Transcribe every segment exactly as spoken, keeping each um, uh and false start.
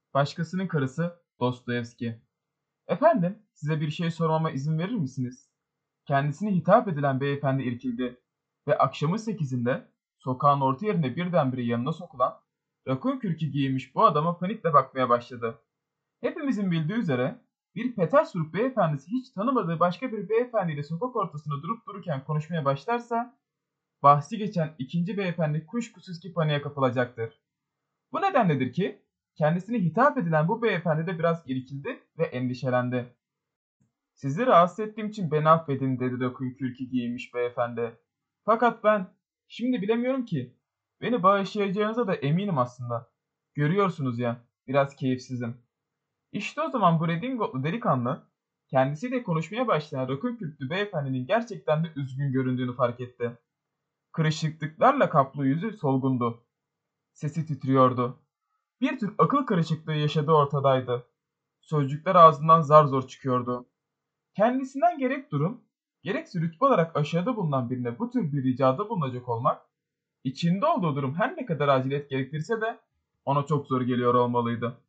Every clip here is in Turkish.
Başkasının karısı Dostoyevski. Efendim, size bir şey sormama izin verir misiniz? Kendisine hitap edilen beyefendi irkildi ve akşamın sekizinde sokağın orta yerinde birdenbire yanına sokulan rakun kürkü giymiş bu adama panikle bakmaya başladı. Hepimizin bildiği üzere bir Petersburg beyefendisi hiç tanımadığı başka bir beyefendiyle sokak ortasında durup dururken konuşmaya başlarsa bahsi geçen ikinci beyefendi kuşkusuz ki paniğe kapılacaktır. Bu nedenledir ki kendisine hitap edilen bu beyefendi de biraz irkildi ve endişelendi. Sizi rahatsız ettiğim için beni affedin dedi Rakun kürkü giymiş beyefendi. Fakat ben şimdi bilemiyorum ki. Beni bağışlayacağınıza da eminim aslında. Görüyorsunuz ya biraz keyifsizim. İşte o zaman bu redingotlu delikanlı kendisiyle konuşmaya başlayan Rakun kürklü beyefendinin gerçekten de üzgün göründüğünü fark etti. Kırışıklıklarla kaplı yüzü solgundu. Sesi titriyordu. Bir tür akıl karışıklığı yaşadığı ortadaydı. Sözcükler ağzından zar zor çıkıyordu. Kendisinden gerek durum, gerekse rütbe olarak aşağıda bulunan birine bu tür bir ricada bulunacak olmak, içinde olduğu durum her ne kadar aciliyet gerektirse de ona çok zor geliyor olmalıydı.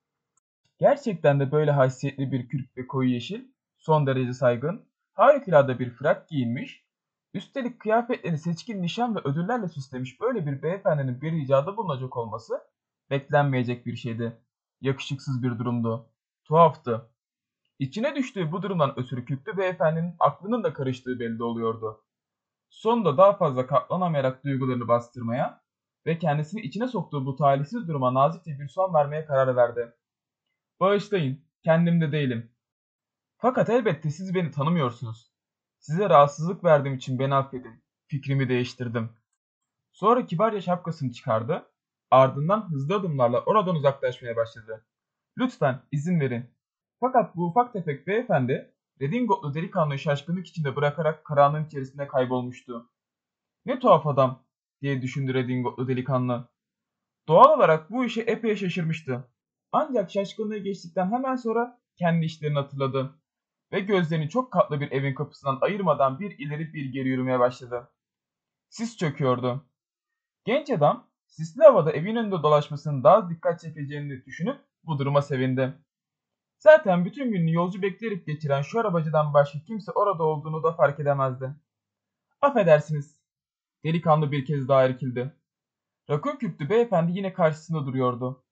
Gerçekten de böyle haysiyetli bir kürk ve koyu yeşil, son derece saygın, harikulade bir frak giyinmiş, üstelik kıyafetleri seçkin nişan ve ödüllerle süslemiş böyle bir beyefendinin bir ricada bulunacak olması beklenmeyecek bir şeydi. Yakışıksız bir durumdu. Tuhaftı. İçine düştüğü bu durumdan ötürü Kütlü beyefendinin aklının da karıştığı belli oluyordu. Sonunda daha fazla katlanamayarak duygularını bastırmaya ve kendisini içine soktuğu bu talihsiz duruma nazikçe bir son vermeye karar verdi. Bağışlayın, kendimde değilim. Fakat elbette siz beni tanımıyorsunuz. Size rahatsızlık verdiğim için beni affedin. Fikrimi değiştirdim. Sonra kibarca şapkasını çıkardı, ardından hızlı adımlarla oradan uzaklaşmaya başladı. Lütfen izin verin. Fakat bu ufak tefek beyefendi redingotlu delikanlıyı şaşkınlık içinde bırakarak karanlığın içerisinde kaybolmuştu. Ne tuhaf adam diye düşündü redingotlu delikanlı. Doğal olarak bu işe epey şaşırmıştı. Ancak şaşkınlığı geçtikten hemen sonra kendi işlerini hatırladı ve gözlerini çok katlı bir evin kapısından ayırmadan bir ileri bir geri yürümeye başladı. Sis çöküyordu. Genç adam sisli havada evin önünde dolaşmasının daha dikkat çekeceğini düşünüp bu duruma sevindi. Zaten bütün gününü yolcu bekleyerek geçiren şu arabacıdan başka kimse orada olduğunu da fark edemezdi. Affedersiniz. Delikanlı bir kez daha irkildi. Rakun küplü beyefendi yine karşısında duruyordu.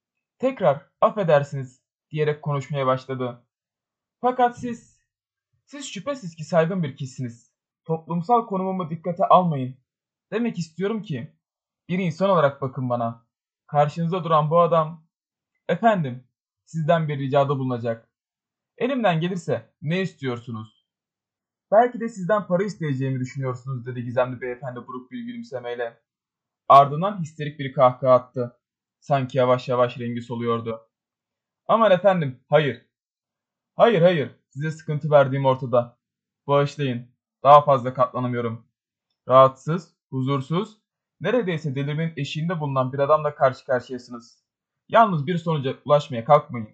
Tekrar affedersiniz diyerek konuşmaya başladı. Fakat siz, siz şüphesiz ki saygın bir kişisiniz. Toplumsal konumumu dikkate almayın. Demek istiyorum ki bir insan olarak bakın bana. Karşınızda duran bu adam, efendim, sizden bir ricada bulunacak. Elimden gelirse ne istiyorsunuz? Belki de sizden para isteyeceğimi düşünüyorsunuz dedi gizemli beyefendi buruk bir gülümsemeyle. Ardından histerik bir kahkaha attı. Sanki yavaş yavaş rengi soluyordu. Aman efendim, hayır. Hayır hayır, size sıkıntı verdiğim ortada. Bağışlayın, daha fazla katlanamıyorum. Rahatsız, huzursuz, neredeyse delirmenin eşiğinde bulunan bir adamla karşı karşıyasınız. Yalnız bir sonuca ulaşmaya kalkmayın.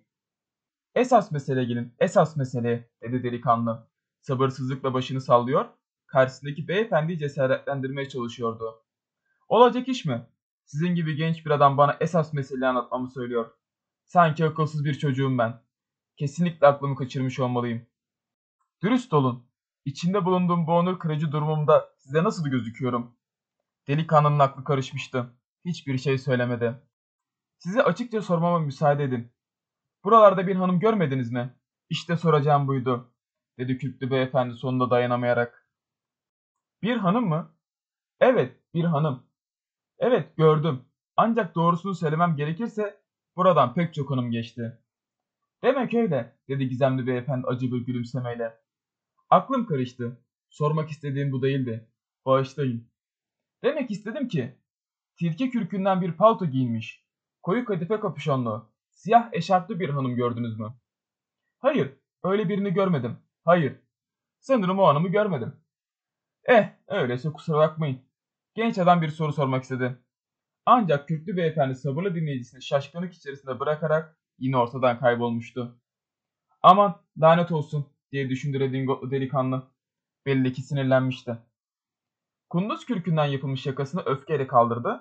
Esas meseleye gelin, esas meseleye, dedi delikanlı. Sabırsızlıkla başını sallıyor, karşısındaki beyefendiyi cesaretlendirmeye çalışıyordu. Olacak iş mi? Sizin gibi genç bir adam bana esas meseleyi anlatmamı söylüyor. Sanki akılsız bir çocuğum ben. Kesinlikle aklımı kaçırmış olmalıyım. Dürüst olun. İçinde bulunduğum bu onur kırıcı durumumda size nasıl gözüküyorum? Delikanlının aklı karışmıştı. Hiçbir şey söylemedi. Size açıkça sormama müsaade edin. Buralarda bir hanım görmediniz mi? İşte soracağım buydu, dedi kürklü beyefendi sonunda dayanamayarak. Bir hanım mı? Evet, bir hanım. Evet, gördüm. Ancak doğrusunu söylemem gerekirse buradan pek çok hanım geçti. Demek öyle, dedi gizemli beyefendi acı bir gülümsemeyle. Aklım karıştı. Sormak istediğim bu değildi. Bağışlayın. Demek istedim ki, tilki kürkünden bir palto giyinmiş, koyu kadife kapüşonlu, siyah eşarplı bir hanım gördünüz mü? Hayır, öyle birini görmedim. Hayır, sanırım o hanımı görmedim. Eh, öyleyse kusura bakmayın. Genç adam bir soru sormak istedi. Ancak kürklü beyefendi sabırlı dinleyicisini şaşkınlık içerisinde bırakarak yine ortadan kaybolmuştu. Aman lanet olsun diye düşündü redingotlu delikanlı. Belli ki sinirlenmişti. Kunduz kürkünden yapılmış yakasını öfkeyle kaldırdı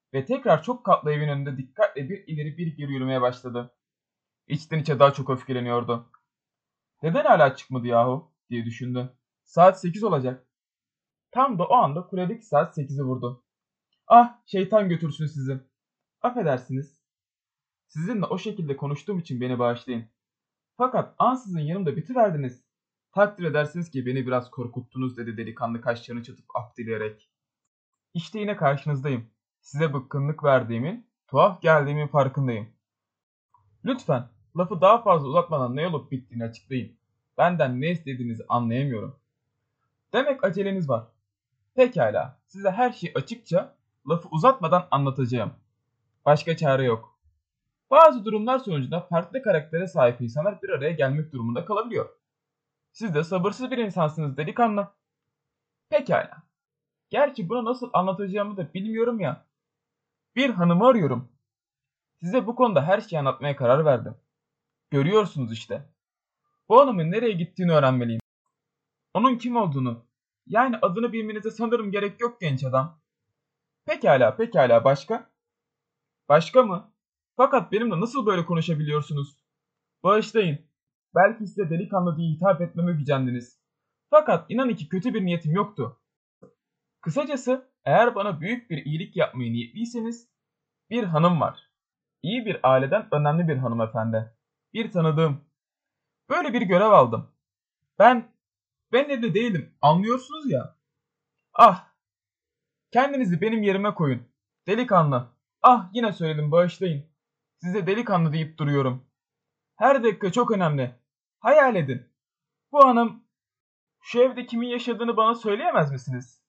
ve tekrar çok katlı evin önünde dikkatle bir ileri bir geri yürümeye başladı. İçten içe daha çok öfkeleniyordu. Neden hala çıkmadı yahu diye düşündü. Saat sekiz olacak. Tam da o anda kuledeki saat sekizi vurdu. Ah, şeytan götürsün sizi. Affedersiniz. Sizinle o şekilde konuştuğum için beni bağışlayın. Fakat ansızın yanımda bitiverdiniz. Takdir edersiniz ki beni biraz korkuttunuz dedi delikanlı kaşlarını çatıp af dileyerek. İşte yine karşınızdayım. Size bıkkınlık verdiğimin, tuhaf geldiğimin farkındayım. Lütfen lafı daha fazla uzatmadan ne olup bittiğini açıklayın. Benden ne istediğinizi anlayamıyorum. Demek aceleniz var. Pekala, size her şeyi açıkça, lafı uzatmadan anlatacağım. Başka çare yok. Bazı durumlar sonucunda farklı karaktere sahip insanlar bir araya gelmek durumunda kalabiliyor. Siz de sabırsız bir insansınız delikanlı. Pekala. Gerçi bunu nasıl anlatacağımı da bilmiyorum ya. Bir hanımı arıyorum. Size bu konuda her şeyi anlatmaya karar verdim. Görüyorsunuz işte. Bu hanımın nereye gittiğini öğrenmeliyim. Onun kim olduğunu, yani adını bilmenize sanırım gerek yok genç adam. Pekala, pekala başka? Başka mı? Fakat benimle nasıl böyle konuşabiliyorsunuz? Bağışlayın. Belki size delikanlı diye hitap etmeme gücendiniz. Fakat inanın ki kötü bir niyetim yoktu. Kısacası eğer bana büyük bir iyilik yapmayı niyetliyseniz bir hanım var. İyi bir aileden önemli bir hanımefendi. Bir tanıdığım. Böyle bir görev aldım. Ben, ben evli değilim anlıyorsunuz ya. Ah, kendinizi benim yerime koyun. Delikanlı. Ah yine söyledim bağışlayın. Size delikanlı deyip duruyorum. Her dakika çok önemli. Hayal edin. Bu hanım şu evde kimin yaşadığını bana söyleyemez misiniz?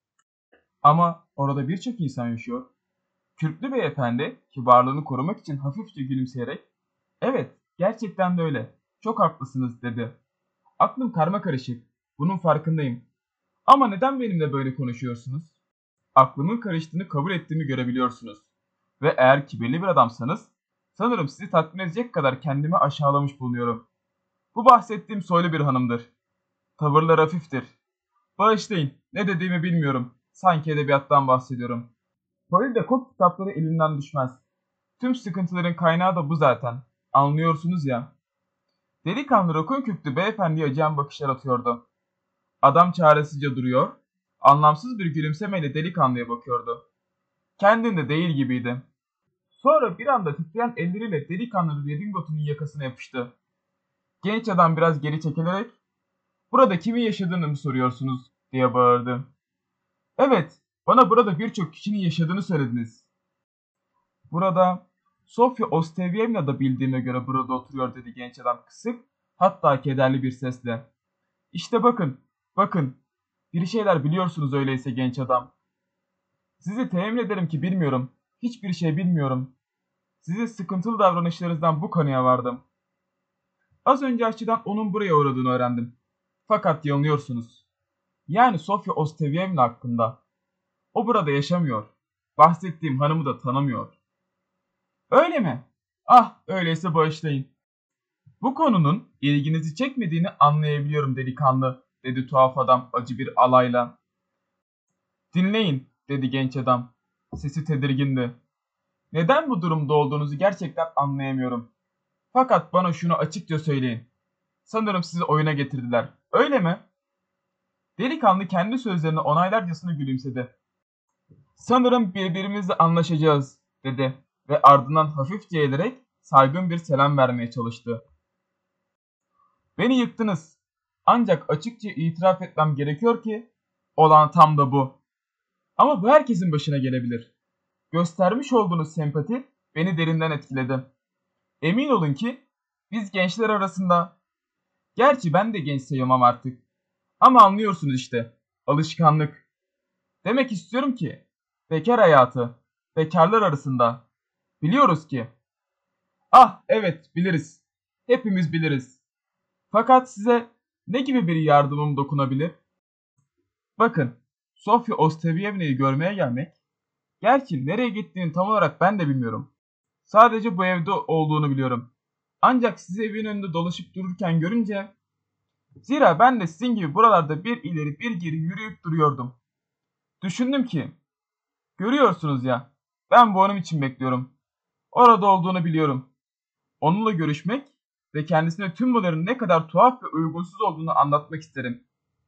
Ama orada birçok insan yaşıyor. Kürklü beyefendi kibarlığını korumak için hafifçe gülümseyerek evet gerçekten de öyle. Çok haklısınız dedi. Aklım karma karışık. Bunun farkındayım. Ama neden benimle böyle konuşuyorsunuz? Aklımın karıştığını kabul ettiğimi görebiliyorsunuz. Ve eğer kibirli bir adamsanız sanırım sizi tatmin edecek kadar kendimi aşağılamış bulunuyorum. Bu bahsettiğim soylu bir hanımdır. Tavırlar hafiftir. Bağışlayın, ne dediğimi bilmiyorum. Sanki edebiyattan bahsediyorum. Böyle kod kitapları elinden düşmez. Tüm sıkıntıların kaynağı da bu zaten. Anlıyorsunuz ya. Delikanlı rakun küplü beyefendiye acıyan bakışlar atıyordu. Adam çaresizce duruyor, anlamsız bir gülümsemeyle delikanlıya bakıyordu. Kendinde değil gibiydi. Sonra bir anda titreyen elleriyle delikanlının redingotunun yakasına yapıştı. Genç adam biraz geri çekilerek "Burada kimin yaşadığını mı soruyorsunuz?" diye bağırdı. "Evet, bana burada birçok kişinin yaşadığını söylediniz." "Burada Sofya Ostevyevna da bildiğime göre burada oturuyor," dedi genç adam kısık, hatta kederli bir sesle. "İşte bakın, bakın. Bir şeyler biliyorsunuz öyleyse genç adam." "Sizi temin ederim ki bilmiyorum. Hiçbir şey bilmiyorum. Sizin sıkıntılı davranışlarınızdan bu kanıya vardım. Az önce aşçıdan onun buraya uğradığını öğrendim. Fakat yanılıyorsunuz. Yani Sofya Ostevyevna hakkında. O burada yaşamıyor. Bahsettiğim hanımı da tanımıyor." "Öyle mi? Ah, öyleyse bağışlayın. Bu konunun ilginizi çekmediğini anlayabiliyorum delikanlı," dedi tuhaf adam acı bir alayla. "Dinleyin," dedi genç adam. Sesi tedirgindi. "Neden bu durumda olduğunuzu gerçekten anlayamıyorum. Fakat bana şunu açıkça söyleyin. Sanırım sizi oyuna getirdiler. Öyle mi?" Delikanlı kendi sözlerine onaylarcasına gülümsedi. "Sanırım birbirimizle anlaşacağız," dedi ve ardından hafifçe eğilerek saygın bir selam vermeye çalıştı. "Beni yıktınız. Ancak açıkça itiraf etmem gerekiyor ki olan tam da bu. Ama bu herkesin başına gelebilir. Göstermiş olduğunuz sempati beni derinden etkiledi. Emin olun ki biz gençler arasında, gerçi ben de genç sayılmam artık. Ama anlıyorsunuz işte, alışkanlık. Demek istiyorum ki bekar hayatı, bekarlar arasında biliyoruz ki. Ah evet biliriz. Hepimiz biliriz. Fakat size ne gibi bir yardımım dokunabilir? Bakın, Sofya Ostevyevna'yı görmeye gelmek, gerçi nereye gittiğini tam olarak ben de bilmiyorum. Sadece bu evde olduğunu biliyorum. Ancak sizi evin önünde dolaşıp dururken görünce, zira ben de sizin gibi buralarda bir ileri bir geri yürüyüp duruyordum. Düşündüm ki, görüyorsunuz ya, Ben bu hanım için bekliyorum. Orada olduğunu biliyorum. Onunla görüşmek ve kendisine tüm bunların ne kadar tuhaf ve uygunsuz olduğunu anlatmak isterim.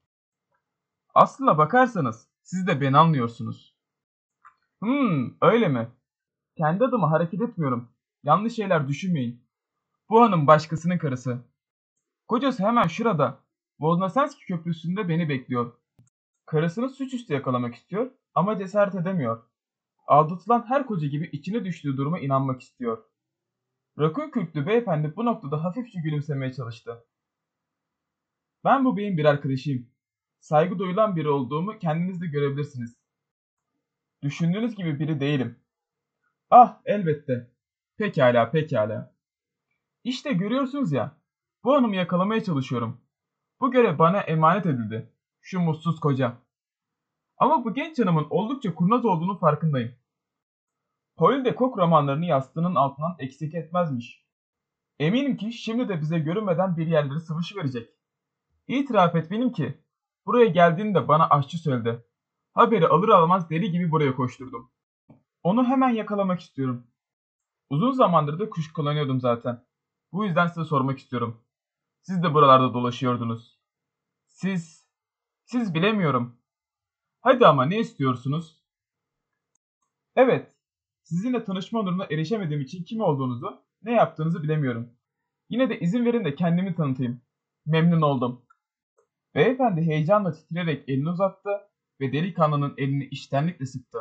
Aslına bakarsanız siz de beni anlıyorsunuz. Hmm, öyle mi? Kendi adıma hareket etmiyorum. Yanlış şeyler düşünmeyin. Bu hanım başkasının karısı. Kocası hemen şurada. Voznesenski köprüsünde beni bekliyor. Karısını suçüstü yakalamak istiyor ama cesaret edemiyor. Aldatılan her koca gibi içine düştüğü duruma inanmak istiyor. Rakun kürklü beyefendi bu noktada hafifçe gülümsemeye çalıştı. Ben bu beyin bir arkadaşıyım. Saygı duyulan biri olduğumu kendiniz de görebilirsiniz. Düşündüğünüz gibi biri değilim. Ah, elbette. Pekala, pekala. İşte görüyorsunuz ya, bu hanımı yakalamaya çalışıyorum. Bu görev bana emanet edildi. Şu mutsuz koca. Ama bu genç hanımın oldukça kurnaz olduğunu farkındayım. Paul de Kock romanlarını yastığının altından eksik etmezmiş. Eminim ki şimdi de bize görünmeden bir yerleri sıvışıverecek. İtiraf etmeliyim ki, buraya geldiğinde bana aşçı söyledi. Haberi alır almaz deli gibi buraya koşturdum. Onu hemen yakalamak istiyorum. Uzun zamandır da kuşkulanıyordum zaten. Bu yüzden size sormak istiyorum. Siz de buralarda dolaşıyordunuz. Siz, siz bilemiyorum. Hadi ama ne istiyorsunuz? Evet, sizinle tanışma onuruna erişemediğim için kim olduğunuzu, ne yaptığınızı bilemiyorum. Yine de izin verin de kendimi tanıtayım. Memnun oldum. Beyefendi heyecanla titreyerek elini uzattı ve delikanlının elini içtenlikle sıktı.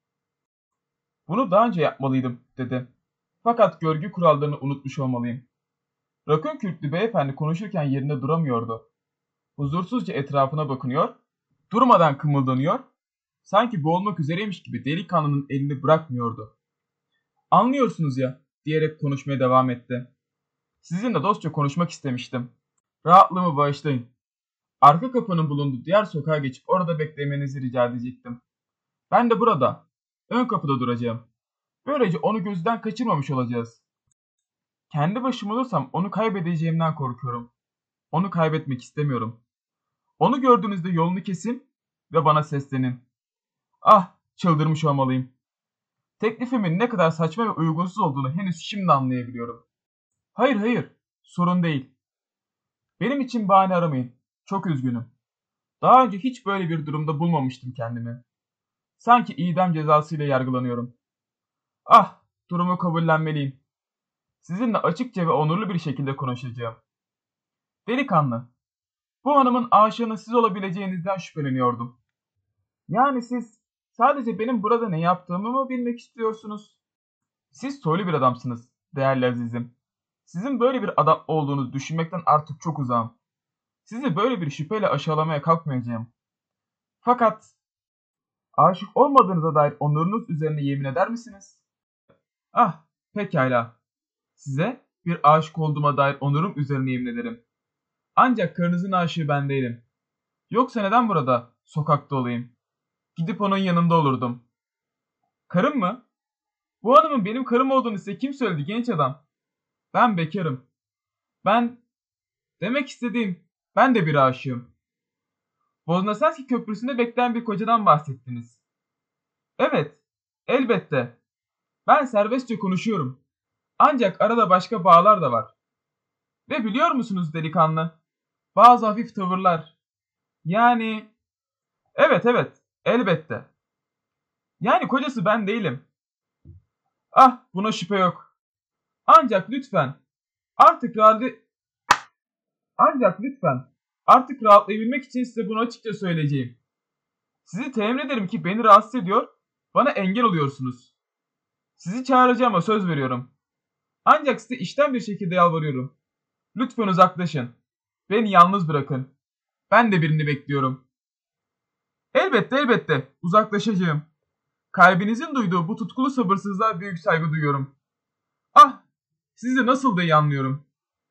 Bunu daha önce yapmalıydım, dedi. Fakat görgü kurallarını unutmuş olmalıyım. Rakun kürklü beyefendi konuşurken yerinde duramıyordu. Huzursuzca etrafına bakınıyor, durmadan kımıldanıyor, sanki boğulmak üzereymiş gibi delikanlının elini bırakmıyordu. Anlıyorsunuz ya, diyerek konuşmaya devam etti. Sizinle dostça konuşmak istemiştim. Rahatlığımı bağışlayın. Arka kapının bulunduğu diğer sokağa geçip orada beklemenizi rica edecektim. Ben de burada, ön kapıda duracağım. Böylece onu gözden kaçırmamış olacağız. Kendi başıma olursam onu kaybedeceğimden korkuyorum. Onu kaybetmek istemiyorum. Onu gördüğünüzde yolunu kesin ve bana seslenin. Ah, çıldırmış olmalıyım. Teklifimin ne kadar saçma ve uygunsuz olduğunu henüz şimdi anlayabiliyorum. Hayır hayır, sorun değil. Benim için bahane aramayın. Çok üzgünüm. Daha önce hiç böyle bir durumda bulmamıştım kendimi. Sanki idam cezasıyla yargılanıyorum. Ah, durumu kabullenmeliyim. Sizinle açıkça ve onurlu bir şekilde konuşacağım. Delikanlı, bu hanımın aşığının siz olabileceğinizden şüpheleniyordum. Yani siz sadece benim burada ne yaptığımı mı bilmek istiyorsunuz? Siz soylu bir adamsınız, değerli azizim. Sizin böyle bir adam olduğunuzu düşünmekten artık çok uzağım. Sizi böyle bir şüpheyle aşağılamaya kalkmayacağım. Fakat aşık olmadığınıza dair onurunuz üzerine yemin eder misiniz? Ah, pekala. Size bir aşık olduğuma dair onurum üzerine yemin ederim. Ancak karınızın aşığı ben değilim. Yoksa neden burada, sokakta olayım? Gidip onun yanında olurdum. Karım mı? Bu hanımın benim karım olduğunu size kim söyledi genç adam? Ben bekarım. Ben, demek istediğim, ben de bir aşığım. Voznesenski köprüsünde bekleyen bir kocadan bahsettiniz. Evet, elbette. Ben serbestçe konuşuyorum. Ancak arada başka bağlar da var. Ve biliyor musunuz delikanlı? Bazı hafif tavırlar. Yani... Evet evet, elbette. Yani kocası ben değilim. Ah, buna şüphe yok. Ancak lütfen, artık rahat... Ancak lütfen, artık rahatlayabilmek için size bunu açıkça söyleyeceğim. Sizi temin ederim ki beni rahatsız ediyor, bana engel oluyorsunuz. Sizi çağıracağıma söz veriyorum. Ancak size içten bir şekilde yalvarıyorum. Lütfen uzaklaşın. Beni yalnız bırakın. Ben de birini bekliyorum. Elbette elbette uzaklaşacağım. Kalbinizin duyduğu bu tutkulu sabırsızlığa büyük saygı duyuyorum. Ah, sizi nasıl da iyi anlıyorum.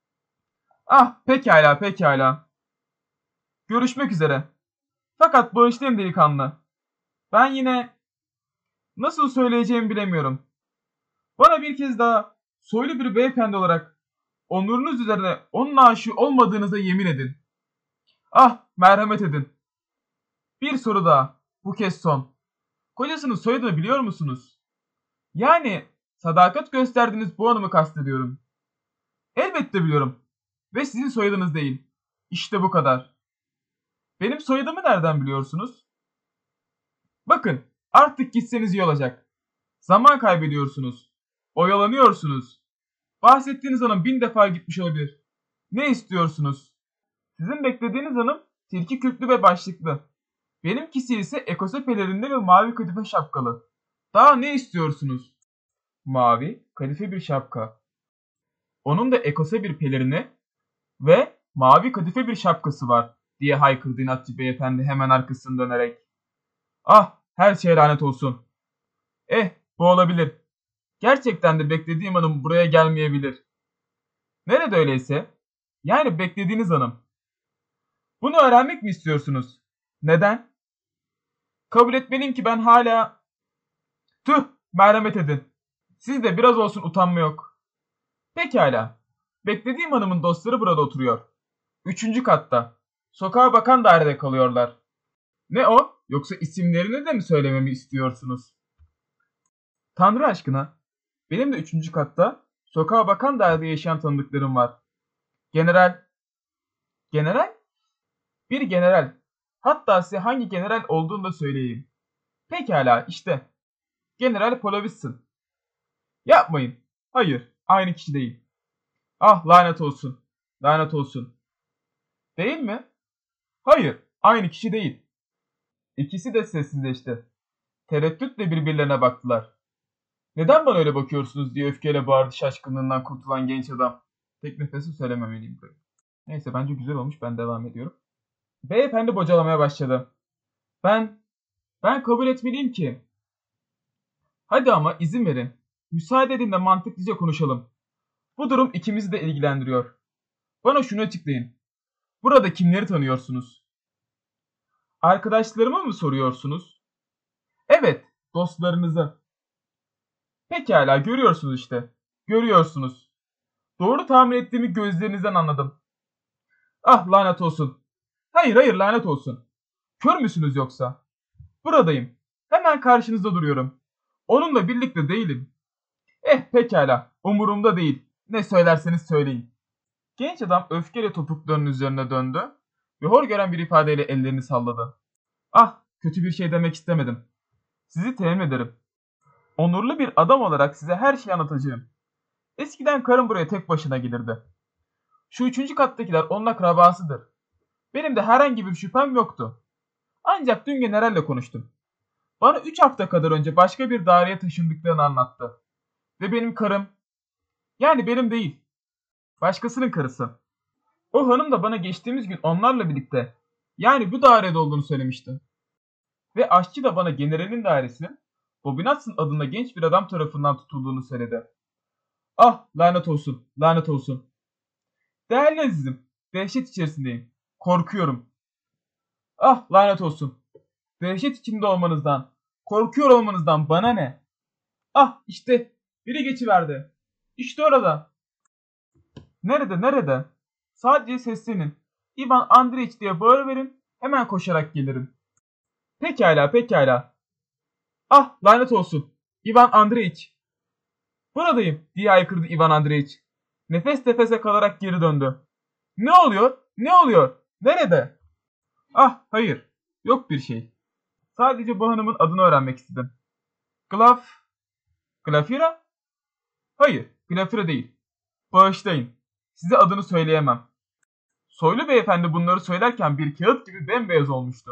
Ah, pekala pekala. Görüşmek üzere. Fakat bağışlayın delikanlı. Ben yine nasıl söyleyeceğimi bilemiyorum. Bana bir kez daha soylu bir beyefendi olarak onurunuz üzerine onun aşığı olmadığınıza yemin edin. Ah, merhamet edin. Bir soru daha. Bu kez son. Kocasının soyadını biliyor musunuz? Yani sadakat gösterdiğiniz bu hanımı kastediyorum. Elbette biliyorum. Ve sizin soyadınız değil. İşte bu kadar. Benim soyadımı nereden biliyorsunuz? Bakın, artık gitseniz iyi olacak. Zaman kaybediyorsunuz. Oyalanıyorsunuz. Bahsettiğiniz hanım bin defa gitmiş olabilir. Ne istiyorsunuz? Sizin beklediğiniz hanım tilki kürklü ve başlıklı. Benimkisi ise ekose pelerinli ve mavi kadife şapkalı. Daha ne istiyorsunuz? Mavi, kadife bir şapka. Onun da ekose bir pelerini ve mavi kadife bir şapkası var diye haykırdı inatçı beyefendi hemen arkasını dönerek. Ah, her şeye lanet olsun. Eh, bu olabilir. Gerçekten de beklediğim hanım buraya gelmeyebilir. Nerede öyleyse? Yani beklediğiniz hanım. Bunu öğrenmek mi istiyorsunuz? Neden? Kabul etmeliyim ki ben hala... Tüh, merhamet edin. Sizde biraz olsun utanma yok. Pekala. Beklediğim hanımın dostları burada oturuyor. Üçüncü katta. Sokağa bakan dairede kalıyorlar. Ne o? Yoksa isimlerini de mi söylememi istiyorsunuz? Tanrı aşkına. Benim de üçüncü katta sokağa bakan dairede yaşayan tanıdıklarım var. General. General? Bir general. Hatta size hangi general olduğunu da söyleyeyim. Pekala işte. General Polavis'sin. Yapmayın. Hayır. Aynı kişi değil. Ah lanet olsun. Lanet olsun. Değil mi? Hayır. Aynı kişi değil. İkisi de sessizleşti. Tereddütle birbirlerine baktılar. Neden bana öyle bakıyorsunuz diye öfkeyle bağırdı şaşkınlığından kurtulan genç adam. Tek nefesi söylememeliyim böyle. Neyse bence güzel olmuş, ben devam ediyorum. Beyefendi bocalamaya başladı. Ben, ben kabul etmeliyim ki. Hadi ama izin verin. Müsaade edin de mantıklıca konuşalım. Bu durum ikimizi de ilgilendiriyor. Bana şunu açıklayın. Burada kimleri tanıyorsunuz? Arkadaşlarımı mı soruyorsunuz? Evet, dostlarınızı. Pekala, görüyorsunuz işte. Görüyorsunuz. Doğru tahmin ettiğimi gözlerinizden anladım. Ah lanet olsun. Hayır hayır lanet olsun. Kör müsünüz yoksa? Buradayım. Hemen karşınızda duruyorum. Onunla birlikte değilim. Eh pekala. Umurumda değil. Ne söylerseniz söyleyin. Genç adam öfkeyle topuklarının üzerine döndü ve hor gören bir ifadeyle ellerini salladı. Ah, kötü bir şey demek istemedim. Sizi temin ederim. Onurlu bir adam olarak size her şeyi anlatacağım. Eskiden karım buraya tek başına gelirdi. Şu üçüncü kattakiler onun akrabasıdır. Benim de herhangi bir şüphem yoktu. Ancak dün generalle konuştum. Bana üç hafta kadar önce başka bir daireye taşındıklarını anlattı. Ve benim karım, yani benim değil, başkasının karısı. O hanım da bana geçtiğimiz gün onlarla birlikte, yani bu dairede olduğunu söylemişti. Ve aşçı da bana generalin dairesinin Bobby Knudsen adında genç bir adam tarafından tutulduğunu söyledi. Ah lanet olsun, lanet olsun. Değerli azizim, dehşet içerisindeyim. Korkuyorum. Ah lanet olsun. Dehşet içinde olmanızdan, korkuyor olmanızdan bana ne? Ah işte biri geçiverdi. İşte orada. Nerede nerede? Sadece seslenin. Ivan Andreevich diye bağırıverin. Hemen koşarak gelirim. Pekala pekala. Ah lanet olsun. Ivan Andreevich. Buradayım diye haykırdı Ivan Andreevich. Nefes nefese kalarak geri döndü. Ne oluyor? Ne oluyor? Nerede? Ah hayır. Yok bir şey. Sadece bu hanımın adını öğrenmek istedim. Glaf... Glafira? Hayır, Glafira değil. Bağışlayın. Size adını söyleyemem. Soylu beyefendi bunları söylerken bir kağıt gibi bembeyaz olmuştu.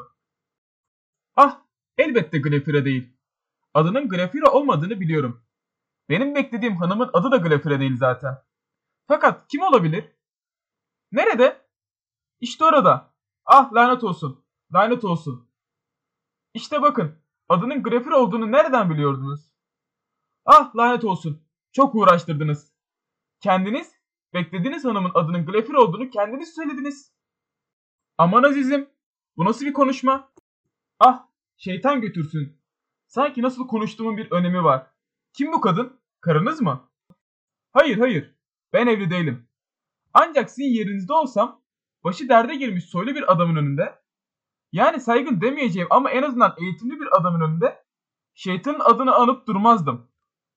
Ah, elbette Glafira değil. Adının Glafira olmadığını biliyorum. Benim beklediğim hanımın adı da Glafira değil zaten. Fakat kim olabilir? Nerede? İşte orada. Ah lanet olsun. Lanet olsun. İşte bakın. Adının Glafira olduğunu nereden biliyordunuz? Ah lanet olsun. Çok uğraştırdınız. Kendiniz, beklediğiniz hanımın adının Glafira olduğunu kendiniz söylediniz. Aman azizim. Bu nasıl bir konuşma? Ah, şeytan götürsün. Sanki nasıl konuştuğumun bir önemi var. Kim bu kadın? Karınız mı? Hayır hayır. Ben evli değilim. Ancak sizin yerinizde olsam başı derde girmiş soylu bir adamın önünde, yani saygın demeyeceğim ama en azından eğitimli bir adamın önünde şeytanın adını anıp durmazdım.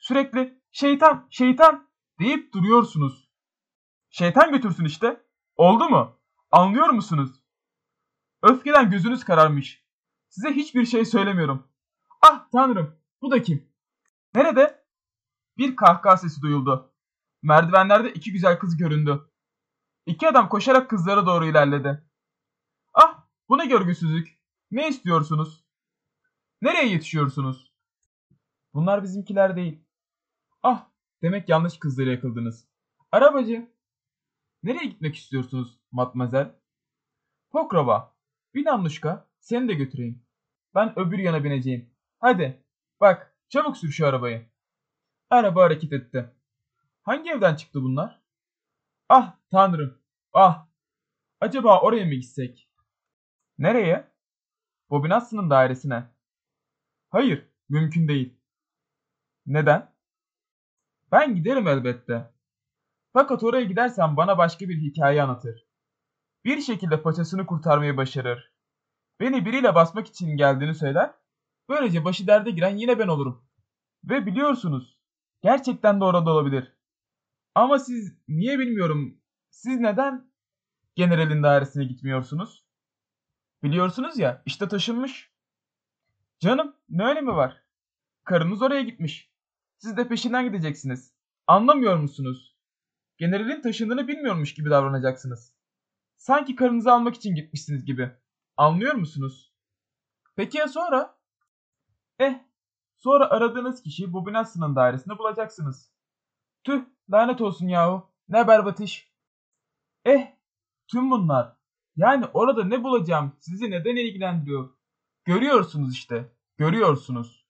Sürekli şeytan, şeytan deyip duruyorsunuz. Şeytan götürsün işte. Oldu mu? Anlıyor musunuz? Öfkeden gözünüz kararmış. Size hiçbir şey söylemiyorum. Ah tanrım, bu da kim? Nerede? Bir kahkaha sesi duyuldu. Merdivenlerde iki güzel kız göründü. İki adam koşarak kızlara doğru ilerledi. Ah, bu ne görgüsüzlük. Ne istiyorsunuz? Nereye yetişiyorsunuz? Bunlar bizimkiler değil. Ah, demek yanlış kızlara yakıldınız. Arabacı, nereye gitmek istiyorsunuz, matmazel? Pokrova, bin Annuşka, seni de götüreyim. Ben öbür yana bineceğim. Hadi, bak, çabuk sür şu arabayı. Araba hareket etti. Hangi evden çıktı bunlar? Ah, tanrım, ah, acaba oraya mı gitsek? Nereye? Bobinasya'nın dairesine. Hayır, mümkün değil. Neden? Ben giderim elbette. Fakat oraya gidersem bana başka bir hikaye anlatır. Bir şekilde paçasını kurtarmayı başarır. Beni biriyle basmak için geldiğini söyler. Böylece başı derde giren yine ben olurum. Ve biliyorsunuz, gerçekten de orada olabilir. Ama siz niye bilmiyorum. Siz neden generalin dairesine gitmiyorsunuz? Biliyorsunuz ya, işte taşınmış. Canım, ne önemi var? Karınız oraya gitmiş. Siz de peşinden gideceksiniz. Anlamıyor musunuz? Generalin taşındığını bilmiyormuş gibi davranacaksınız. Sanki karınızı almak için gitmişsiniz gibi. Anlıyor musunuz? Peki ya sonra? Eh, sonra aradığınız kişiyi Bobinasya'nın dairesinde bulacaksınız. Tüh, lanet olsun yahu. Ne berbat iş. Eh, tüm bunlar. Yani orada ne bulacağım sizi neden ilgilendiriyor? Görüyorsunuz işte. Görüyorsunuz.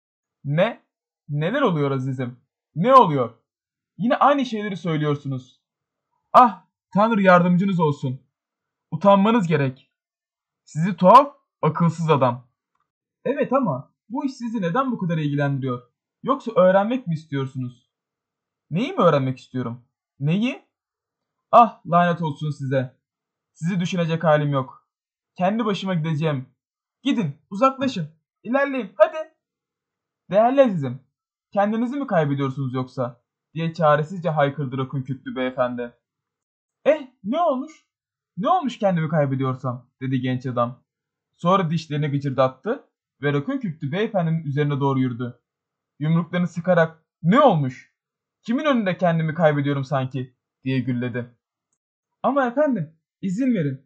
Ne? Neler oluyor azizim? Ne oluyor? Yine aynı şeyleri söylüyorsunuz. Ah, Tanrı yardımcınız olsun. Utanmanız gerek. Sizi tuhaf, akılsız adam. Evet ama bu iş sizi neden bu kadar ilgilendiriyor? Yoksa öğrenmek mi istiyorsunuz? Neyi mi öğrenmek istiyorum? Neyi? Ah, lanet olsun size. Sizi düşünecek halim yok. Kendi başıma gideceğim. Gidin, uzaklaşın. İlerleyin, hadi. Değerli azizim, kendinizi mi kaybediyorsunuz yoksa? Diye çaresizce haykırdı Rakun Kütlü beyefendi. Eh, ne olmuş? Ne olmuş kendimi kaybediyorsam, dedi genç adam. Sonra dişlerini gıcırdattı ve Rakun Kütlü beyefendinin üzerine doğru yürüdü. Yumruklarını sıkarak, ne olmuş? Kimin önünde kendimi kaybediyorum sanki, diye gülledi. Ama efendim, izin verin.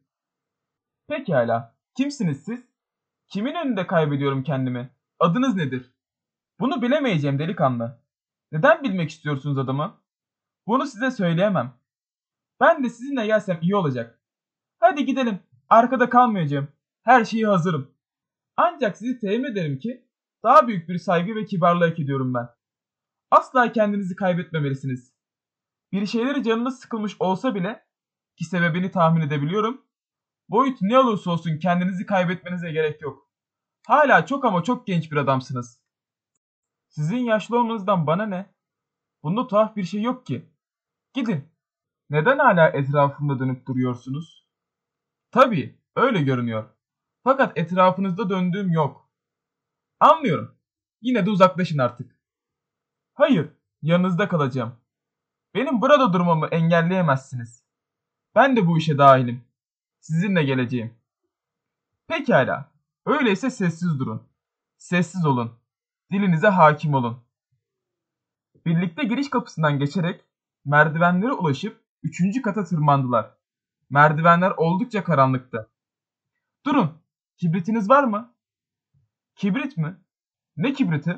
Pekala, kimsiniz siz? Kimin önünde kaybediyorum kendimi? Adınız nedir? Bunu bilemeyeceğim delikanlı. Neden bilmek istiyorsunuz adamı? Bunu size söyleyemem. Ben de sizinle gelsem iyi olacak. Hadi gidelim. Arkada kalmayacağım. Her şeyi hazırım. Ancak sizi temin ederim ki daha büyük bir saygı ve kibarlığı hak ediyorum ben. Asla kendinizi kaybetmemelisiniz. Bir şeyleri canınız sıkılmış olsa bile ki sebebini tahmin edebiliyorum. Boyut ne olursa olsun kendinizi kaybetmenize gerek yok. Hala çok ama çok genç bir adamsınız. Sizin yaşlı olmanızdan bana ne? Bunda tuhaf bir şey yok ki. Gidin. Neden hala etrafımda dönüp duruyorsunuz? Tabii, öyle görünüyor. Fakat etrafınızda döndüğüm yok. Anlıyorum. Yine de uzaklaşın artık. Hayır, yanınızda kalacağım. Benim burada durmamı engelleyemezsiniz. Ben de bu işe dahilim. Sizinle geleceğim. Pekala. Öyleyse sessiz durun. Sessiz olun. Dilinize hakim olun. Birlikte giriş kapısından geçerek merdivenlere ulaşıp üçüncü kata tırmandılar. Merdivenler oldukça karanlıktı. Durun. Kibritiniz var mı? Kibrit mi? Ne kibriti?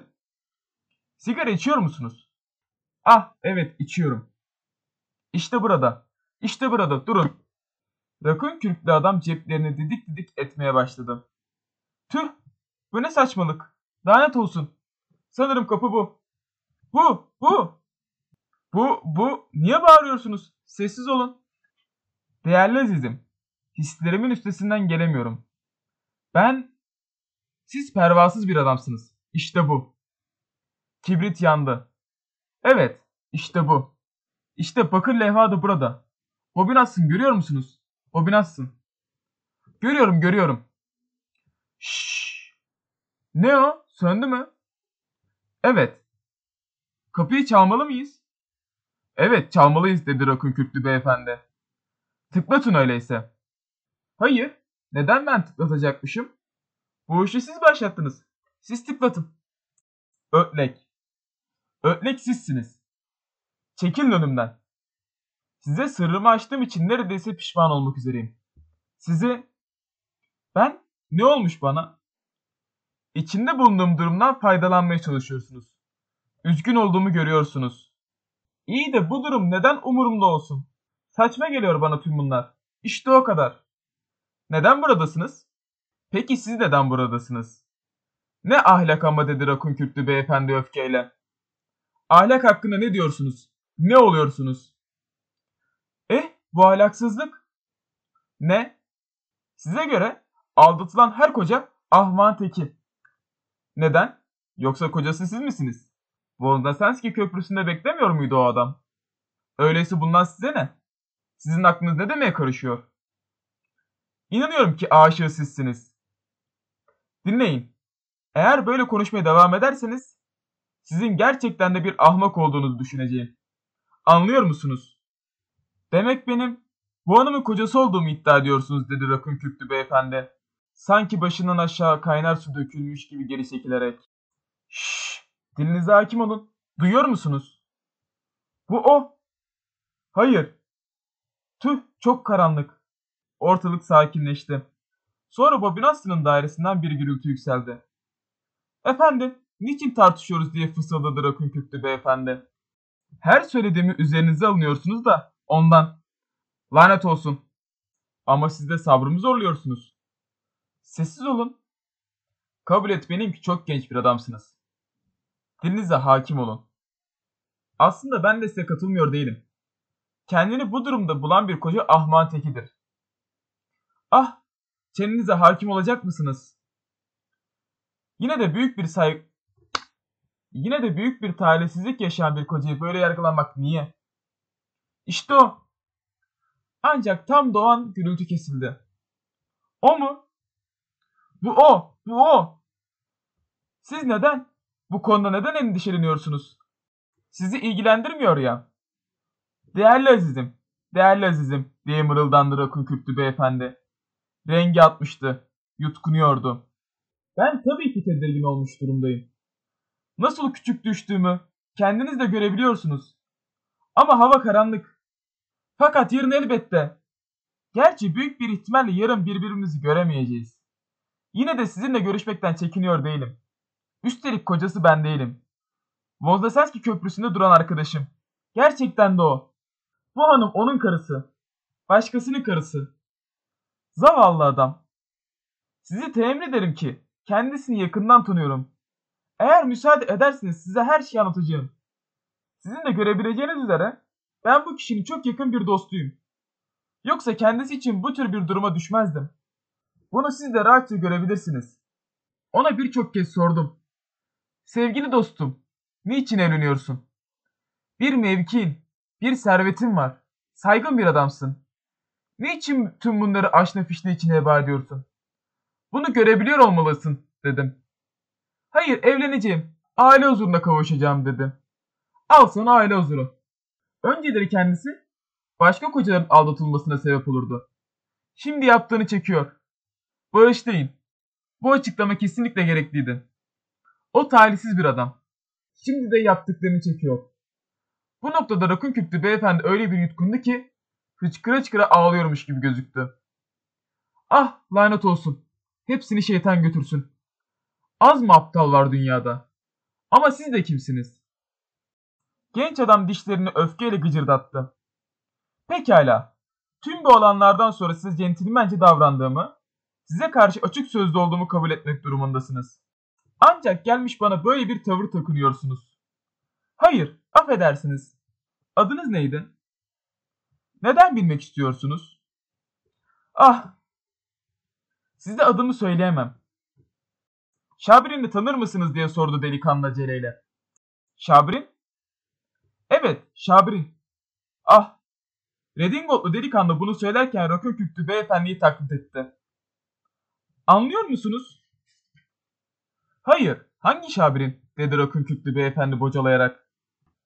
Sigara içiyor musunuz? Ah, evet içiyorum. İşte burada. İşte burada. Durun. Rakun kürklü adam ceplerini didik didik etmeye başladı. Tüh! Bu ne saçmalık? Lanet olsun. Sanırım kapı bu. Bu, bu, bu, bu. Niye bağırıyorsunuz? Sessiz olun. Değerli azizim, hislerimin üstesinden gelemiyorum. Ben, siz pervasız bir adamsınız. İşte bu. Kibrit yandı. Evet, işte bu. İşte bakır levha da burada. Bobin Hassın görüyor musunuz? Bobin Hassın. Görüyorum, görüyorum. Şşş. Ne o? Söndü mü? Evet. Kapıyı çalmalı mıyız? Evet, çalmalıyız dedi Rakun Kürklü beyefendi. Tıklatın öyleyse. Hayır, neden ben tıklatacakmışım? Bu işi siz başlattınız. Siz tıklatın. Ötlek. Ötlek sizsiniz. Çekilin önümden. Size sırrımı açtığım için neredeyse pişman olmak üzereyim. Sizi... Ben? Ne olmuş bana? İçinde bulunduğum durumdan faydalanmaya çalışıyorsunuz. Üzgün olduğumu görüyorsunuz. İyi de bu durum neden umurumda olsun? Saçma geliyor bana tüm bunlar. İşte o kadar. Neden buradasınız? Peki siz neden buradasınız? Ne ahlak ama dedi Rakun Kürklü beyefendi öfkeyle. Ahlak hakkında ne diyorsunuz? Ne oluyorsunuz? Eh, bu ahlaksızlık. Ne? Size göre aldatılan her koca ahmağın teki. Neden? Yoksa kocası siz misiniz? Voznesenski köprüsünde beklemiyor muydu o adam? Öyleyse bundan size ne? Sizin aklınız ne demeye karışıyor? İnanıyorum ki aşığı sizsiniz. Dinleyin. Eğer böyle konuşmaya devam ederseniz sizin gerçekten de bir ahmak olduğunuzu düşüneceğim. Anlıyor musunuz? Demek benim bu hanımın kocası olduğumu iddia ediyorsunuz dedi Rakun Kürklü beyefendi. Sanki başından aşağı kaynar su dökülmüş gibi geri çekilerek. Şşş, dilinize hakim olun. Duyuyor musunuz? Bu o. Hayır. Tüh, çok karanlık. Ortalık sakinleşti. Sonra Bobinasya'nın dairesinden bir gürültü yükseldi. Efendim, niçin tartışıyoruz diye fısıldadı Rakun Kürklü beyefendi. Her söylediğimi üzerinize alınıyorsunuz da ondan. Lanet olsun. Ama siz de sabrımı zorluyorsunuz. Sessiz olun. Kabul etmeliyim ki çok genç bir adamsınız. Dilinize hakim olun. Aslında ben de size katılmıyor değilim. Kendini bu durumda bulan bir koca ahmağın tekidir. Ah, çenenize hakim olacak mısınız? Yine de büyük bir saygı... Yine de büyük bir talihsizlik yaşayan bir kocayı böyle yargılamak niye? İşte o. Ancak tam doğan gürültü kesildi. O mu? Bu o, bu o. Siz neden? Bu konuda neden endişeleniyorsunuz? Sizi ilgilendirmiyor ya. Değerli azizim, değerli azizim diye mırıldandı Rakun Kürklü beyefendi. Rengi atmıştı, yutkunuyordu. Ben tabii ki tedirgin olmuş durumdayım. Nasıl küçük düştüğümü kendiniz de görebiliyorsunuz. Ama hava karanlık. Fakat yarın elbette. Gerçi büyük bir ihtimalle yarın birbirimizi göremeyeceğiz. Yine de sizinle görüşmekten çekiniyor değilim. Üstelik kocası ben değilim. Voznesenski köprüsünde duran arkadaşım. Gerçekten de o. Bu hanım onun karısı. Başkasının karısı. Zavallı adam. Sizi temin ederim ki kendisini yakından tanıyorum. Eğer müsaade ederseniz size her şeyi anlatacağım. Sizin de görebileceğiniz üzere ben bu kişinin çok yakın bir dostuyum. Yoksa kendisi için bu tür bir duruma düşmezdim. Bunu siz de rahatça görebilirsiniz. Ona birçok kez sordum. Sevgili dostum, niçin evleniyorsun? Bir mevkin, bir servetin var. Saygın bir adamsın. Niçin tüm bunları aşna fişne içine heba ediyorsun? Bunu görebiliyor olmalısın, dedim. Hayır, evleneceğim. Aile huzuruna kavuşacağım, dedim. Al sana aile huzuru. Önceleri kendisi başka kocaların aldatılmasına sebep olurdu. Şimdi yaptığını çekiyor. Bağışlayın. Bu açıklama kesinlikle gerekliydi. O talihsiz bir adam. Şimdi de yaptıklarını çekiyor. Bu noktada Rakun Kürklü beyefendi öyle bir yutkundu ki hıçkıra hıçkıra ağlıyormuş gibi gözüktü. Ah, lanet olsun. Hepsini şeytan götürsün. Az mı aptal var dünyada? Ama siz de kimsiniz? Genç adam dişlerini öfkeyle gıcırdattı. Pekala. Tüm bu olanlardan sonra size centilmence davrandığımı, size karşı açık sözlü olduğumu kabul etmek durumundasınız. Ancak gelmiş bana böyle bir tavır takınıyorsunuz. Hayır, affedersiniz. Adınız neydi? Neden bilmek istiyorsunuz? Ah, size adımı söyleyemem. Şabrin'i tanır mısınız diye sordu delikanlı aceleyle. Şabrin? Evet, Şabrin. Ah, Redingotlu delikanlı bunu söylerken Rakun Kürklü beyefendiyi taklit etti. Anlıyor musunuz? Hayır, hangi Şabrin? Dedi Rakun Kürklü beyefendi bocalayarak.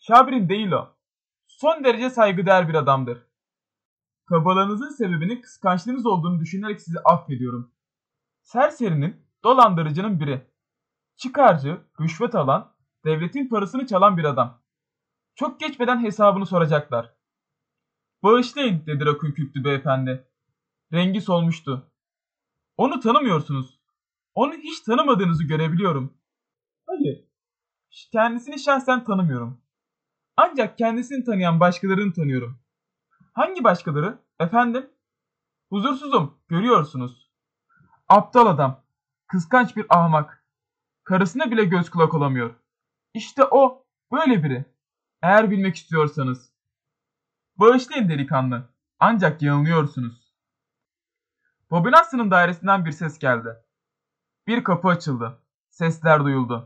Şabrin değil o. Son derece saygıdeğer bir adamdır. Kabalığınızın sebebinin kıskançlığınız olduğunu düşünerek sizi affediyorum. Serserinin, dolandırıcının biri. Çıkarcı, rüşvet alan, devletin parasını çalan bir adam. Çok geçmeden hesabını soracaklar. Bağışlayın dedi Rakun Küklü beyefendi. Rengi solmuştu. Onu tanımıyorsunuz. Onu hiç tanımadığınızı görebiliyorum. Hayır. Kendisini şahsen tanımıyorum. Ancak kendisini tanıyan başkalarını tanıyorum. Hangi başkaları? Efendim? Huzursuzum, görüyorsunuz. Aptal adam. Kıskanç bir ahmak. Karısına bile göz kulak olamıyor. İşte o, böyle biri. Eğer bilmek istiyorsanız. Bağışlayın delikanlı. Ancak yanılıyorsunuz. Bobinasya'nın dairesinden bir ses geldi. Bir kapı açıldı. Sesler duyuldu.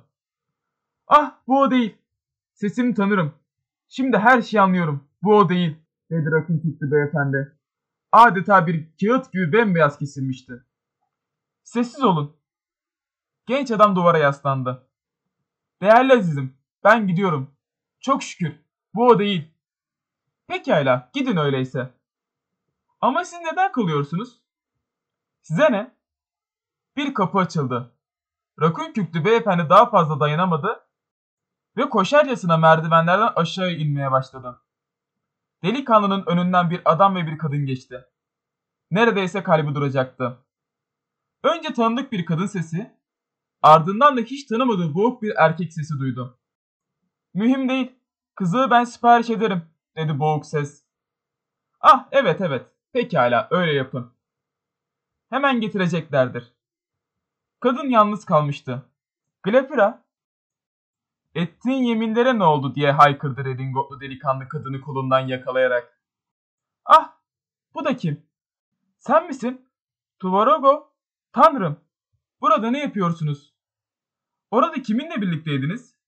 Ah, bu o değil. Sesimi tanırım. Şimdi her şeyi anlıyorum. Bu o değil, dedi Rakun Küklü beyefendi. Adeta bir kağıt gibi bembeyaz kesilmişti. Sessiz olun. Genç adam duvara yaslandı. Değerli azizim, ben gidiyorum. Çok şükür, bu o değil. Pekala, gidin öyleyse. Ama siz neden kalıyorsunuz? Size ne? Bir kapı açıldı. Rakun Küklü beyefendi daha fazla dayanamadı ve koşarcasına merdivenlerden aşağı inmeye başladı. Delikanlının önünden bir adam ve bir kadın geçti. Neredeyse kalbi duracaktı. Önce tanıdık bir kadın sesi, ardından da hiç tanımadığı boğuk bir erkek sesi duydu. Mühim değil, kızığı ben sipariş ederim, dedi boğuk ses. Ah, evet evet, pekala, öyle yapın. Hemen getireceklerdir. Kadın yalnız kalmıştı. Glafira, ettiğin yeminlere ne oldu diye haykırdı redingotlu delikanlı kadını kolundan yakalayarak. Ah, bu da kim? Sen misin? Tuvarago, tanrım, burada ne yapıyorsunuz? Orada kiminle birlikteydiniz?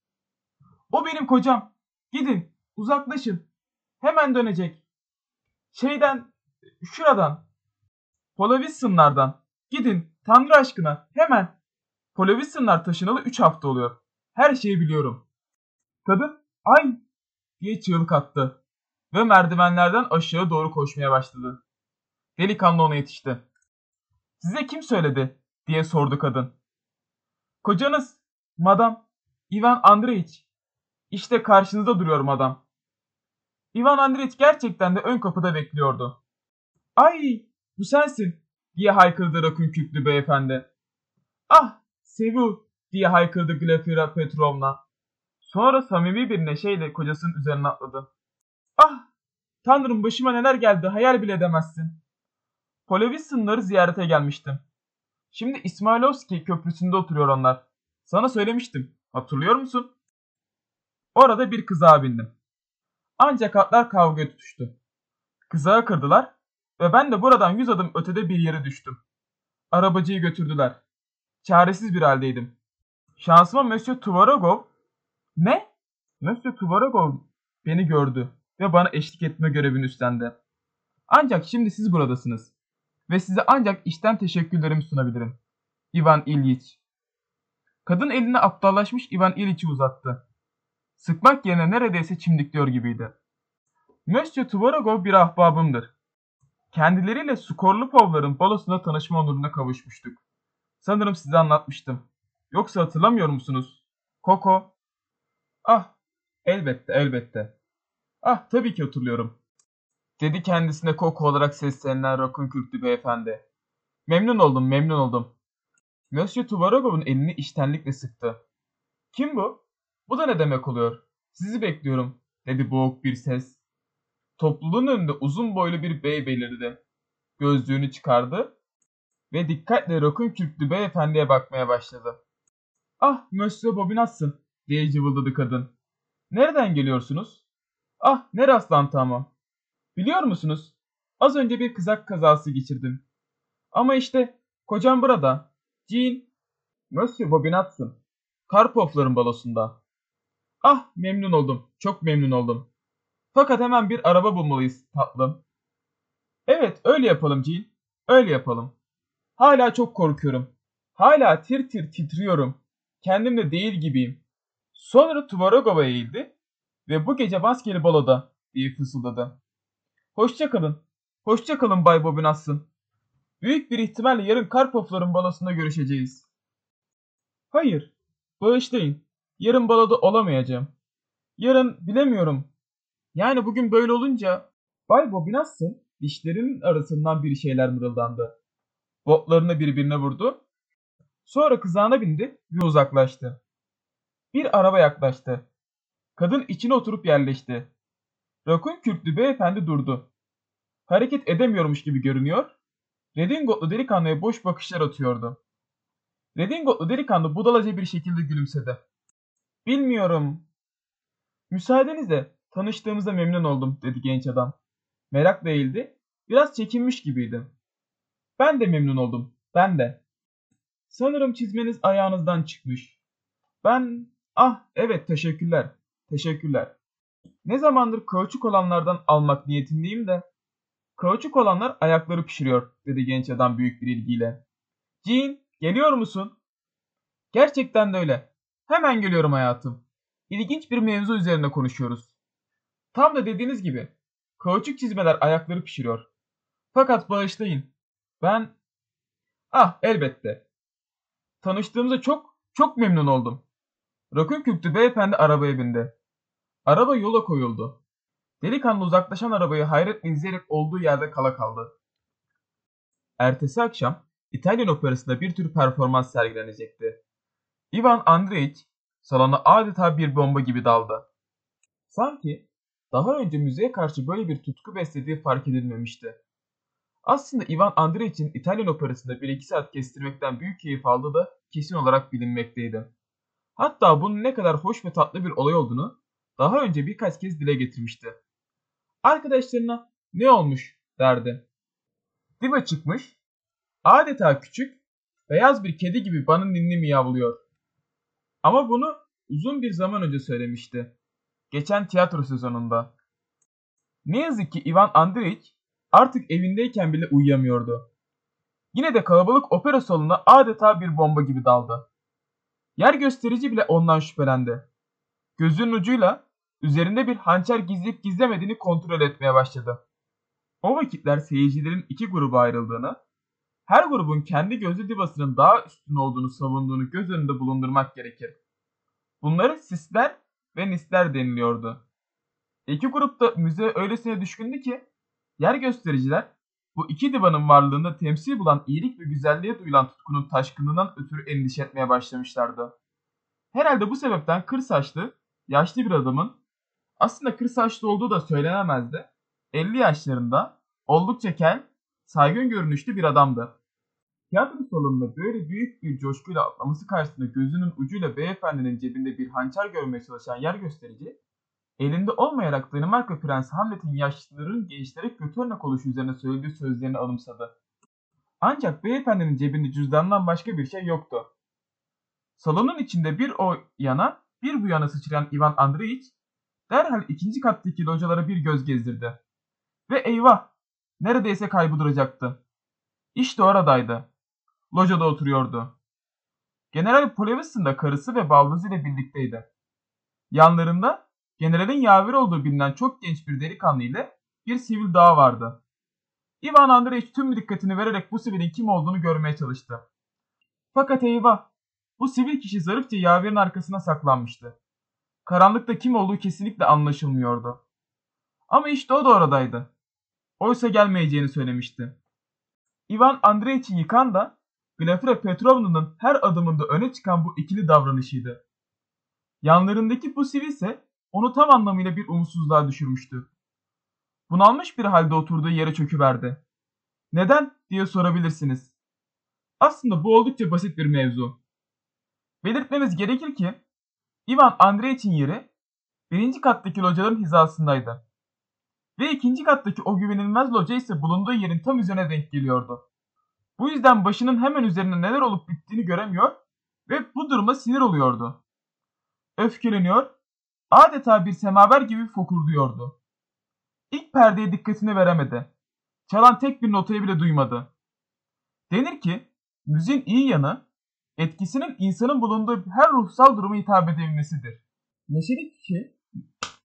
O benim kocam. Gidin, uzaklaşın. Hemen dönecek. Şeyden, şuradan. Polavisonlardan. Gidin, Tanrı aşkına, hemen. Polavisonlar taşınalı üç hafta oluyor. Her şeyi biliyorum. Kadın, ay diye çığlık attı. Ve merdivenlerden aşağı doğru koşmaya başladı. Delikanlı ona yetişti. Size kim söyledi diye sordu kadın. Kocanız, madam, Ivan Andreich. İşte karşınızda duruyor madam. Ivan Andreich gerçekten de ön kapıda bekliyordu. Ay, bu sensin diye haykırdı Rakun Küklü beyefendi. Ah, Sevu diye haykırdı Glafira Petrovna. Sonra samimi bir neşeyle kocasının üzerine atladı. Ah, tanrım başıma neler geldi hayal bile edemezsin. Polavisonları ziyarete gelmiştim. Şimdi İsmailovski köprüsünde oturuyor onlar. Sana söylemiştim. Hatırlıyor musun? Orada bir kızağa bindim. Ancak atlar kavgaya tutuştu. Kızağı kırdılar ve ben de buradan yüz adım ötede bir yere düştüm. Arabacıyı götürdüler. Çaresiz bir haldeydim. Şansıma Monsieur Tuvarogov... Ne? Monsieur Tuvarogov beni gördü ve bana eşlik etme görevini üstlendi. Ancak şimdi siz buradasınız. Ve size ancak içten teşekkürlerimi sunabilirim. Ivan İlyich. Kadın elini aptallaşmış Ivan İlyich'i uzattı. Sıkmak yerine neredeyse çimdikliyor gibiydi. Monsieur Tuvarogov bir ahbabımdır. Kendileriyle Skorlupovların balosunda tanışma onuruna kavuşmuştuk. Sanırım size anlatmıştım. Yoksa hatırlamıyor musunuz? Koko. Ah, elbette, elbette. Ah, tabii ki hatırlıyorum. Dedi kendisine Koko olarak seslenilen Rakun Kürklü beyefendi. Memnun oldum, memnun oldum. Monsieur Tuvarogov'un elini içtenlikle sıktı. Kim bu? Bu da ne demek oluyor? Sizi bekliyorum, dedi boğuk bir ses. Topluluğun önünde uzun boylu bir bey belirdi. Gözlüğünü çıkardı ve dikkatle Rakun Kürklü beyefendiye bakmaya başladı. Ah, Monsieur Bobinatsın, diye cıvıldadı kadın. Nereden geliyorsunuz? Ah, ne rastlantı ama. Biliyor musunuz? Az önce bir kızak kazası geçirdim. Ama işte, kocam burada. Jean, Monsieur Bobinatsın. Karpovların balosunda. Ah, memnun oldum, çok memnun oldum. Fakat hemen bir araba bulmalıyız, tatlım. Evet, öyle yapalım Jean, öyle yapalım. Hala çok korkuyorum. Hala tir tir titriyorum. Kendimde değil gibiyim. Sonra Tuvarogov'a eğildi Ve bu gece maskeli baloda diye fısıldadı. Hoşça kalın. Hoşça kalın Bay Bobby Nas'ın. Büyük bir ihtimalle yarın Karpoff'ların balosunda görüşeceğiz. Hayır. Bağışlayın. Yarın baloda olamayacağım. Yarın bilemiyorum. Yani bugün böyle olunca Bay Bobby Nas'ın dişlerinin arasından bir şeyler mırıldandı. Botlarını birbirine vurdu. Sonra kızağına bindi ve uzaklaştı. Bir araba yaklaştı. Kadın içine oturup yerleşti. Rakun kürklü beyefendi durdu. Hareket edemiyormuş gibi görünüyor. Redingotlu delikanlıya boş bakışlar atıyordu. Redingotlu delikanlı budalaca bir şekilde gülümsedi. Bilmiyorum. Müsaadenizle tanıştığımıza memnun oldum dedi genç adam. Merakla eğildi. Biraz çekinmiş gibiydi. Ben de memnun oldum. Ben de. Sanırım çizmeniz ayağınızdan çıkmış. Ben... Ah evet teşekkürler. Teşekkürler. Ne zamandır kauçuk olanlardan almak niyetindeyim de. Kauçuk olanlar ayakları pişiriyor dedi genç adam büyük bir ilgiyle. Jean geliyor musun? Gerçekten de öyle. Hemen geliyorum hayatım. İlginç bir mevzu üzerine konuşuyoruz. Tam da dediğiniz gibi. Kauçuk çizmeler ayakları pişiriyor. Fakat bağışlayın. Ben... Ah elbette. Tanıştığımıza çok çok memnun oldum. Rakun Kürklü beyefendi arabaya bindi. Araba yola koyuldu. Delikanlı uzaklaşan arabayı hayretle izleyerek olduğu yerde kala kaldı. Ertesi akşam İtalyan operasında bir tür performans sergilenecekti. Ivan Andreevich salona adeta bir bomba gibi daldı. Sanki daha önce müziğe karşı böyle bir tutku beslediği fark edilmemişti. Aslında Ivan Andreevich'in İtalyan operasında bir iki saat kestirmekten büyük keyif aldığı da kesin olarak bilinmekteydi. Hatta bunun ne kadar hoş ve tatlı bir olay olduğunu daha önce birkaç kez dile getirmişti. Arkadaşlarına ne olmuş derdi. Diva çıkmış, adeta küçük, beyaz bir kedi gibi bana ninni miyavlıyor. Ama bunu uzun bir zaman önce söylemişti. Geçen tiyatro sezonunda. Ne yazık ki Ivan Andreevich artık evindeyken bile uyuyamıyordu. Yine de kalabalık opera salonuna adeta bir bomba gibi daldı. Yer gösterici bile ondan şüphelendi. Gözünün ucuyla üzerinde bir hançer gizleyip gizlemediğini kontrol etmeye başladı. O vakitler seyircilerin iki gruba ayrıldığını, her grubun kendi gözlü divasının daha üstün olduğunu savunduğunu göz önünde bulundurmak gerekir. Bunları sisler ve nisler deniliyordu. İki grup da müziğe öylesine düşkündü ki, yer göstericiler bu iki divanın varlığında temsil bulan iyilik ve güzelliğe duyulan tutkunun taşkınlığından ötürü endişe etmeye başlamışlardı. Herhalde bu sebepten kır saçlı, yaşlı bir adamın, aslında kır saçlı olduğu da söylenemezdi, elli yaşlarında, oldukça kel, saygın görünüşlü bir adamdı. Tiyatro salonunda böyle büyük bir coşkuyla atlaması karşısında gözünün ucuyla beyefendinin cebinde bir hançer görmeye çalışan yer gösterici, elinde olmayarak Danimarka Prensi Hamlet'in yaşlıların gençlere kötü örnek oluşu üzerine söylediği sözlerini anımsadı. Ancak beyefendinin cebinde cüzdandan başka bir şey yoktu. Salonun içinde bir o yana bir bu yana sıçrayan Ivan Andreevich derhal ikinci kattaki localara bir göz gezdirdi. Ve eyvah! Neredeyse kaybolacaktı. İşte oradaydı. Locada oturuyordu. General Polevis'in de karısı ve baldızı ile birlikteydi. Yanlarında generalin yaveri olduğu bilinen çok genç bir delikanlı ile bir sivil dağ vardı. Ivan Andreevich tüm dikkatini vererek bu sivilin kim olduğunu görmeye çalıştı. Fakat eyvah! Bu sivil kişi zarifçe yaverin arkasına saklanmıştı. Karanlıkta kim olduğu kesinlikle anlaşılmıyordu. Ama işte o da oradaydı. Oysa gelmeyeceğini söylemişti. Ivan Andreevich'i yıkan da Glafira Petrovna'nın her adımında öne çıkan bu ikili davranışıydı. Yanlarındaki bu sivil ise onu tam anlamıyla bir umutsuzluğa düşürmüştü. Bunalmış bir halde oturduğu yere çöküverdi. Neden diye sorabilirsiniz. Aslında bu oldukça basit bir mevzu. Belirtmemiz gerekir ki Ivan Andreevich'in yeri birinci kattaki locaların hizasındaydı. Ve ikinci kattaki o güvenilmez loca ise bulunduğu yerin tam üzerine denk geliyordu. Bu yüzden başının hemen üzerinde neler olup bittiğini göremiyor ve bu duruma sinir oluyordu. Öfkeleniyor, adeta bir semaver gibi fokurduyordu. İlk perdeye dikkatini veremedi. Çalan tek bir notayı bile duymadı. Denir ki, müziğin iyi yanı, etkisinin insanın bulunduğu her ruhsal duruma hitap edebilmesidir. Neşeli kişi,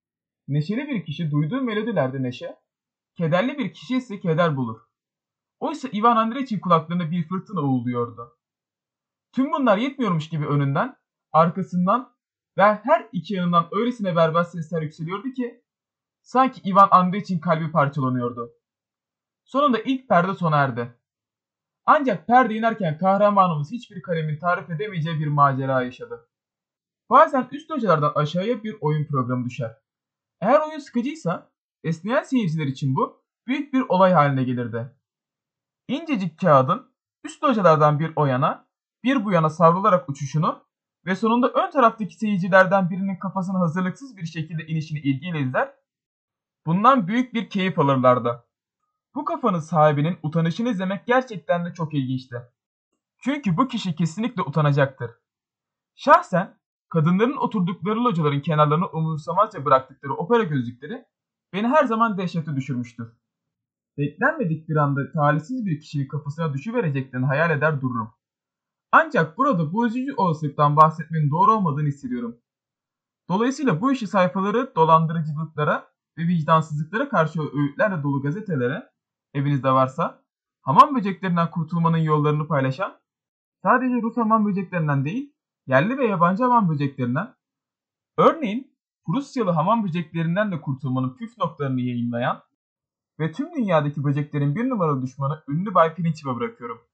Neşeli bir kişi duyduğu melodilerde neşe, kederli bir kişi ise keder bulur. Oysa Ivan Andreyiç'in kulaklarına bir fırtına uğulduyordu. Tüm bunlar yetmiyormuş gibi önünden, arkasından ve her iki yanından öylesine berbat sesler yükseliyordu ki sanki Ivan Andreyiç'in kalbi parçalanıyordu. Sonunda ilk perde sona erdi. Ancak perde inerken kahramanımız hiçbir kalemin tarif edemeyeceği bir macera yaşadı. Bazen üst localardan aşağıya bir oyun programı düşer. Eğer oyun sıkıcıysa esneyen seyirciler için bu büyük bir olay haline gelirdi. İncecik kağıdın üst localardan bir o yana, bir bu yana savrularak uçuşunu ve sonunda ön taraftaki seyircilerden birinin kafasına hazırlıksız bir şekilde inişini ilgiyle izler, bundan büyük bir keyif alırlardı. Bu kafanın sahibinin utanışını izlemek gerçekten de çok ilginçti. Çünkü bu kişi kesinlikle utanacaktır. Şahsen kadınların oturdukları locaların kenarlarına umursamazca bıraktıkları opera gözlükleri beni her zaman dehşete düşürmüştür. Beklenmedik bir anda talihsiz bir kişinin kafasına düşüvereceklerini hayal eder dururum. Ancak burada bu üzücü olasılıktan bahsetmenin doğru olmadığını hissediyorum. Dolayısıyla bu işi sayfaları dolandırıcılıklara ve vicdansızlıklara karşı öğütlerle dolu gazetelere, evinizde varsa, hamam böceklerinden kurtulmanın yollarını paylaşan, sadece Rus hamam böceklerinden değil, yerli ve yabancı hamam böceklerinden, örneğin Prusyalı hamam böceklerinden de kurtulmanın püf noktalarını yayınlayan ve tüm dünyadaki böceklerin bir numaralı düşmanı ünlü Bay Pirinç'e bırakıyorum.